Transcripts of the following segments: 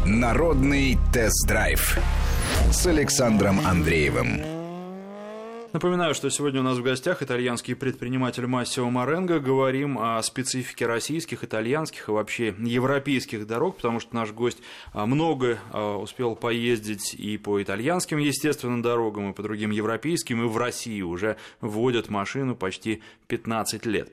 Народный тест-драйв с Александром Андреевым. Напоминаю, что сегодня у нас в гостях итальянский предприниматель Массимо Маренго. Говорим о специфике российских, итальянских и вообще европейских дорог, потому что наш гость много успел поездить и по итальянским, естественно, дорогам, и по другим европейским, и в России уже водят машину почти 15 лет.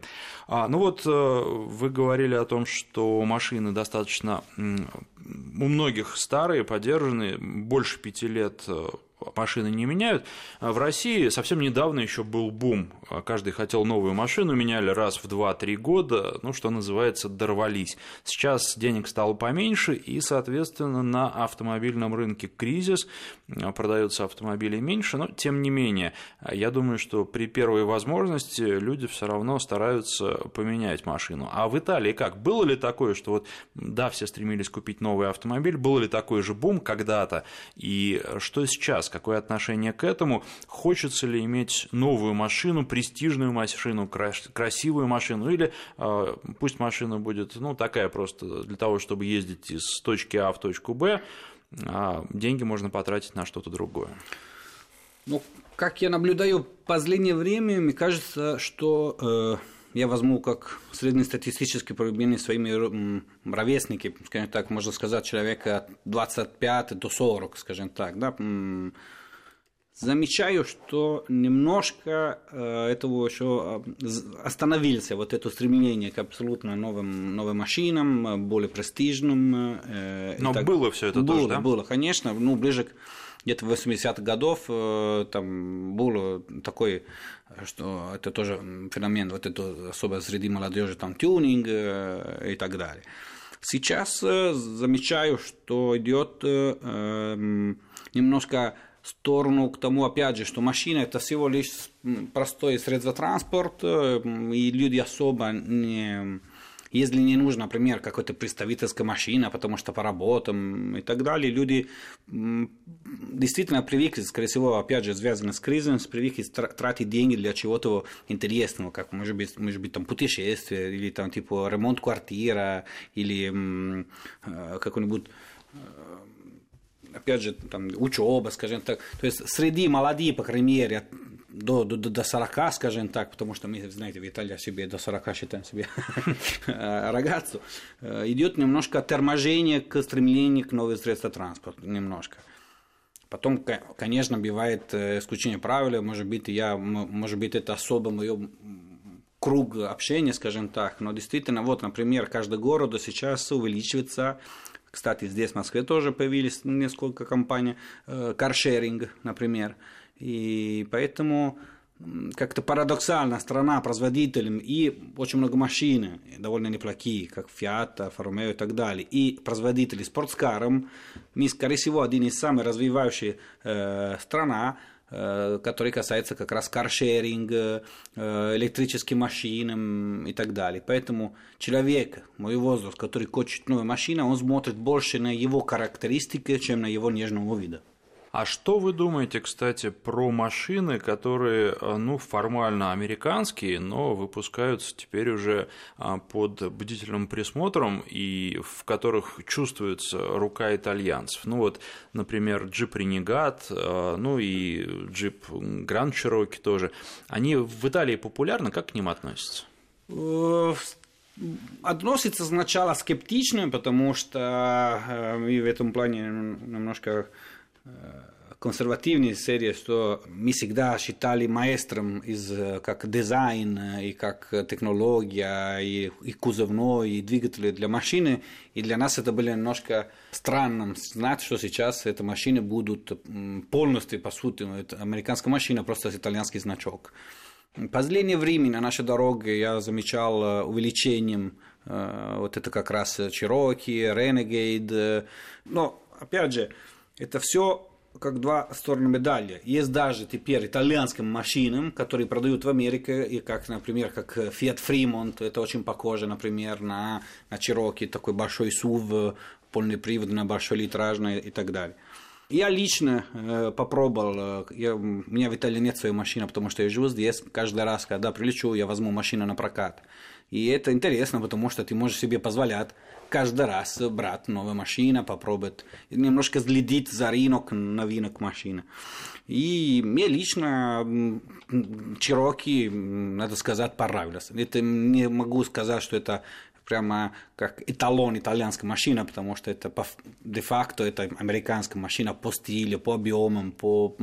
Вы говорили о том, что машины достаточно у многих старые, подержанные, больше 5 лет машины не меняют. В России совсем недавно еще был бум. Каждый хотел новую машину, меняли раз в 2-3 года, что называется, дорвались. Сейчас денег стало поменьше, и, соответственно, на автомобильном рынке кризис, продается автомобилей меньше, но, тем не менее, я думаю, что при первой возможности люди все равно стараются поменять машину. А в Италии как? Было ли такое, что все стремились купить новый автомобиль, был ли такой же бум когда-то, и что сейчас? Какое отношение к этому? Хочется ли иметь новую машину, престижную машину, красивую машину, или пусть машина будет такая просто для того, чтобы ездить из точки А в точку Б, а деньги можно потратить на что-то другое? Как я наблюдаю в последнее время, мне кажется, что я возьму как среднестатистически порубленные своими ровесники, скажем так, можно сказать, человека от 25 до 40, скажем так, да, замечаю, что немножко этого еще остановился, это стремление к абсолютно новым машинам, более престижным. Но было все это тоже, да? Было, конечно, ближе к где-то 80-х годов там было такой, что это тоже феномен, это особенно среди молодежи, там тюнинг и так далее. Сейчас замечаю, что идет немножко в сторону к тому, опять же, что машина – это всего лишь простое средство транспорта, и люди особо не… Если не нужно, например, какая-то представительская машина, потому что по работам и так далее, люди действительно привыкли, скорее всего, опять же, связано с кризисом, привыкли тратить деньги для чего-то интересного, как может быть там путешествие, или там типа ремонт квартиры, или какой-нибудь… опять же, там, учеба, скажем так. То есть среди молодых, по крайней мере, до 40, скажем так, потому что мы, знаете, в Италии себе до 40 считаем себе рогацу, идет немножко торможение к стремлению к новым средствам транспорта, немножко. Потом, конечно, бывает исключение правил, может быть, это особо мое круг общения, скажем так, но действительно, например, каждый город сейчас увеличивается. Кстати, здесь в Москве тоже появились несколько компаний, каршеринг, например, и поэтому как-то парадоксально страна производителям и очень много машин, довольно неплохие, как Fiat, Alfa Romeo и так далее, и производители спортскаром, мы, скорее всего, один из самых развивающих стран, который касается как раз каршеринга, электрических машин и так далее. Поэтому человек, мой возраст, который хочет новую машину, он смотрит больше на его характеристики, чем на его внешнего вида. А что вы думаете, кстати, про машины, которые, формально американские, но выпускаются теперь уже под бдительным присмотром и в которых чувствуется рука итальянцев? Например, Jeep Renegade, и Jeep Grand Cherokee тоже. Они в Италии популярны, как к ним относятся? Относится сначала скептично, потому что мы в этом плане немножко консервативной серии, что мы всегда считали маэстром как дизайн, и как технология, и кузовной, и двигатели для машины, и для нас это было немножко странным знать, что сейчас эти машины будут полностью, по сути, американская машина, просто итальянский значок. В последнее время на нашей дороге я замечал увеличением это как раз Cherokee, Renegade, но, опять же, это все как два стороны медали. Есть даже теперь итальянским машинам, которые продают в Америке, и как, например, как Fiat Fremont, это очень похоже, например, на Cherokee, такой большой SUV, полный привод, на большой литражный и так далее. Я лично попробовал, у меня в Италии нет своей машины, потому что я живу здесь, каждый раз, когда прилечу, я возьму машину на прокат. И это интересно, потому что ты можешь себе позволять каждый раз брать новую машину, попробовать, немножко следить за рынок новинок машины. И мне лично Cherokee, надо сказать, понравилось. Это не могу сказать, что это прямо как эталон итальянской машины, потому что это де-факто это американская машина по стилю, по объемам,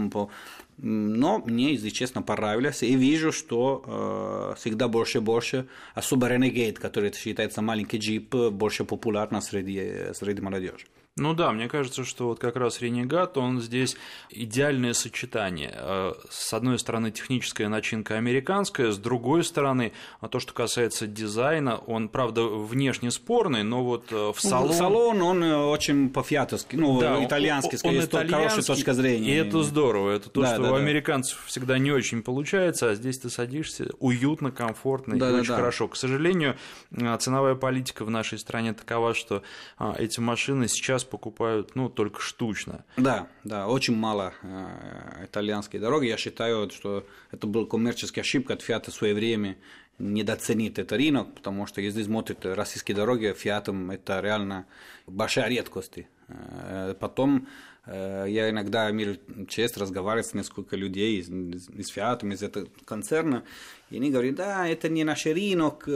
но мне, если честно, понравилось. И вижу, что всегда больше и больше, особо Renegade, который считается маленький джип, больше популярна среди молодежи. Ну да, мне кажется, что вот как раз Ренегат, он здесь идеальное сочетание. С одной стороны, техническая начинка американская, с другой стороны, то, что касается дизайна, он, правда, внешне спорный, но вот в салон... Салон, он очень по-фиатовски, да, итальянский, скорее, с хорошей точки зрения. И это здорово, это то, что у американцев всегда не очень получается, а здесь ты садишься уютно, комфортно и очень хорошо. К сожалению, ценовая политика в нашей стране такова, что эти машины сейчас покупают, только штучно. Да, очень мало итальянские дороги. Я считаю, что это была коммерческая ошибка от Фиата в свое время недооценить этот рынок, потому что если смотрят российские дороги, Фиатом это реально большая редкость. Потом я иногда имею честь разговаривать с несколько людей из Фиатом, из этого концерна, и они говорят, да, это не наш рынок.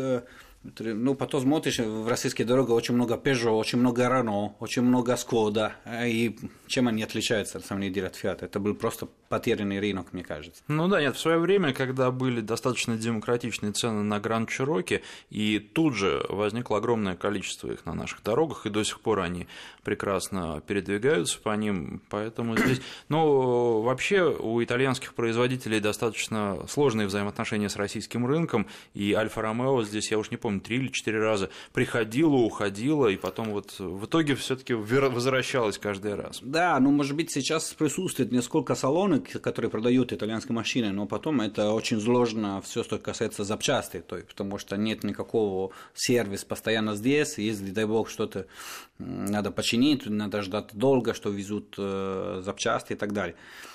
Потом смотришь, в российские дороги очень много Peugeot, очень много Renault, очень много Skoda. И чем они отличаются, на самом деле, от Fiat? Это был просто потерянный рынок, мне кажется. В свое время, когда были достаточно демократичные цены на Grand Cherokee, и тут же возникло огромное количество их на наших дорогах, и до сих пор они прекрасно передвигаются по ним, поэтому здесь... Но вообще у итальянских производителей достаточно сложные взаимоотношения с российским рынком, и Альфа-Ромео здесь, я уж не помню, 3 или 4 раза приходила, уходила, и потом вот в итоге все-таки возвращалась каждый раз. Да, может быть, сейчас присутствует несколько салонов, которые продают итальянские машины, но потом это очень сложно все, что касается запчастей, потому что нет никакого сервиса постоянно здесь, если, дай бог, что-то надо починить, надо ждать долго, что везут запчасти и так далее.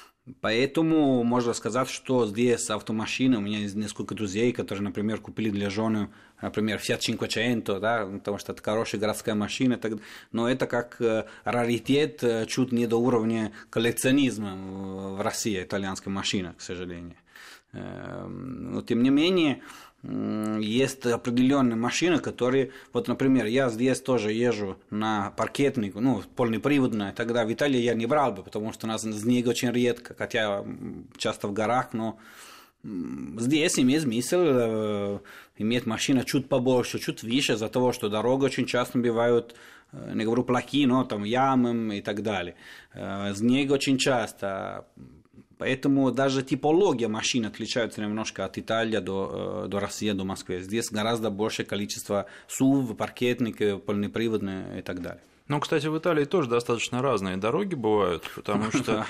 Поэтому можно сказать, что здесь автомашины, у меня есть несколько друзей, которые, например, купили для жены, например, Fiat 500, да, потому что это хорошая городская машина, но это как раритет чуть не до уровня коллекционизма в России, итальянская машина, к сожалению. Но, тем не менее, есть определенные машины, которые, вот, например, я здесь тоже езжу на паркетник, полноприводная, тогда в Италии я не брал бы, потому что у нас снег очень редко, хотя часто в горах, но здесь имеет смысл иметь машину чуть побольше, чуть выше, из-за того, что дороги очень часто бывают, не говорю плохие, но там ямы и так далее. Снег очень часто. Поэтому даже типология машин отличается немножко от Италии до России, до Москвы. Здесь гораздо большее количество SUV, паркетников, полноприводные и так далее. Кстати, в Италии тоже достаточно разные дороги бывают, потому что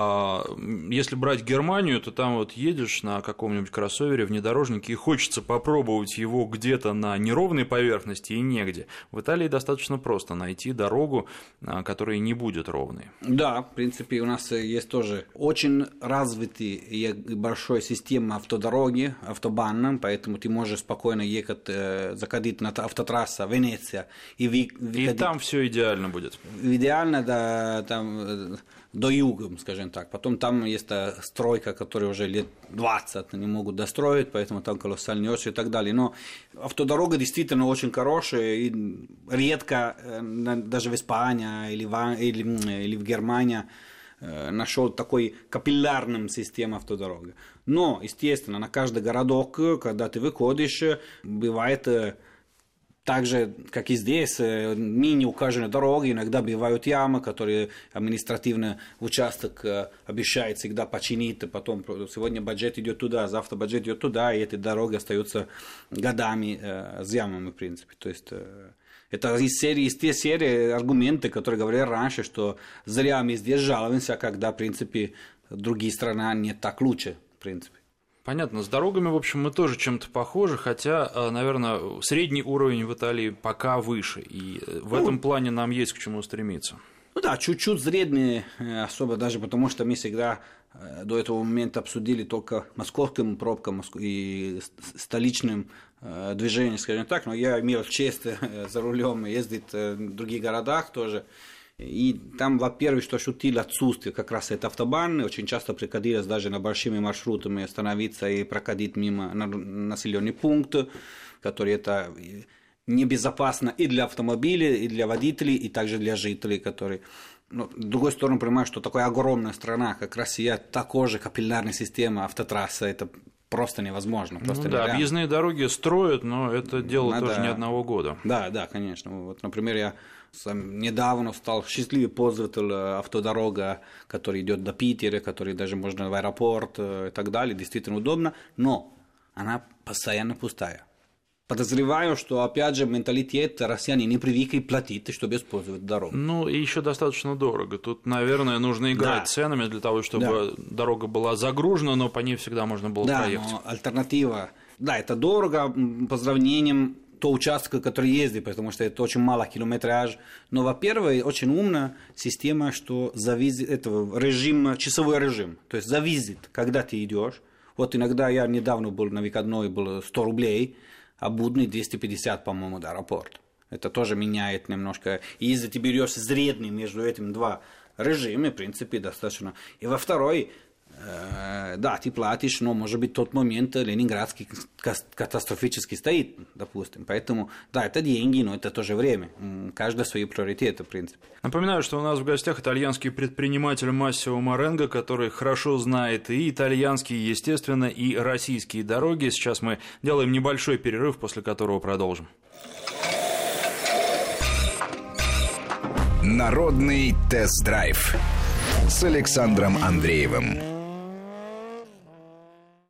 если брать Германию, то там вот едешь на каком-нибудь кроссовере, внедорожнике, и хочется попробовать его где-то на неровной поверхности и негде. В Италии достаточно просто найти дорогу, которая не будет ровной. Да, в принципе, у нас есть тоже очень развитая и большая система автодороги, автобанов, поэтому ты можешь спокойно ехать, заходить на автотрасса Венеция и там все идеально. Идеально будет. Идеально, да, там до юга, скажем так. Потом там есть стройка, которая уже лет 20 не могут достроить, поэтому там колоссальные очереди и так далее. Но автодорога действительно очень хорошая, и редко даже в Испании или в Германии нашел такой капиллярным систему автодороги. Но, естественно, на каждый городок, когда ты выходишь, бывает... Так же, как и здесь, не укажены дороги, иногда бывают ямы, которые административный участок обещает всегда починить, потом сегодня бюджет идет туда, завтра бюджет идет туда, и эти дороги остаются годами с ямами, в принципе. То есть это из те серии аргументы, которые говорили раньше, что зря мы здесь жалуемся, когда, в принципе, другие страны не так лучше, в принципе. Понятно, с дорогами, в общем, мы тоже чем-то похожи, хотя, наверное, средний уровень в Италии пока выше, и в этом плане нам есть к чему стремиться. Да, чуть-чуть средние, особо даже потому, что мы всегда до этого момента обсудили только московским пробкам и столичным движения, скажем так, но я имел честь за рулем ездить в других городах тоже. И там, во-первых, что шутили отсутствие как раз это автобаны, очень часто приходилось даже на большими маршрутами остановиться и проходить мимо населенный пункт, который это небезопасно и для автомобилей, и для водителей, и также для жителей, которые... Но, с другой стороны, понимаю, что такая огромная страна, как Россия, такой же капиллярная система, автотрасса, это просто невозможно. Просто да, объездные дороги строят, но это дело тоже не одного года. Да, конечно. Вот, например, я сам недавно стал счастливый пользователь автодорога, который идет до Питера, который даже можно в аэропорт и так далее, действительно удобно, но она постоянно пустая. Подозреваю, что, опять же, менталитет россияне не привыкли платить, чтобы использовать дорогу. Ну, и еще достаточно дорого. Тут, наверное, нужно играть ценами для того, чтобы дорога была загружена, но по ней всегда можно было проехать. Но альтернатива... Да, это дорого по сравнению то участка, который ездит, потому что это очень мало километраж. Но, во-первых, очень умная система, что зависит этого режим, часовой режим. То есть зависит, когда ты идешь. Вот иногда я недавно был на выходной, было 100 рублей, а будний 250, по-моему, до аэропорта. Это тоже меняет немножко. И если ты берешь средний между этими два режимами, в принципе, достаточно. И во-второй, да, ты платишь, но, может быть, в тот момент Ленинградский катастрофически стоит, допустим. Поэтому, да, это деньги, но это тоже время. Каждый свои приоритеты, в принципе. Напоминаю, что у нас в гостях итальянский предприниматель Массимо Маренго, который хорошо знает и итальянские, естественно, и российские дороги. Сейчас мы делаем небольшой перерыв, после которого продолжим. Народный тест-драйв с Александром Андреевым.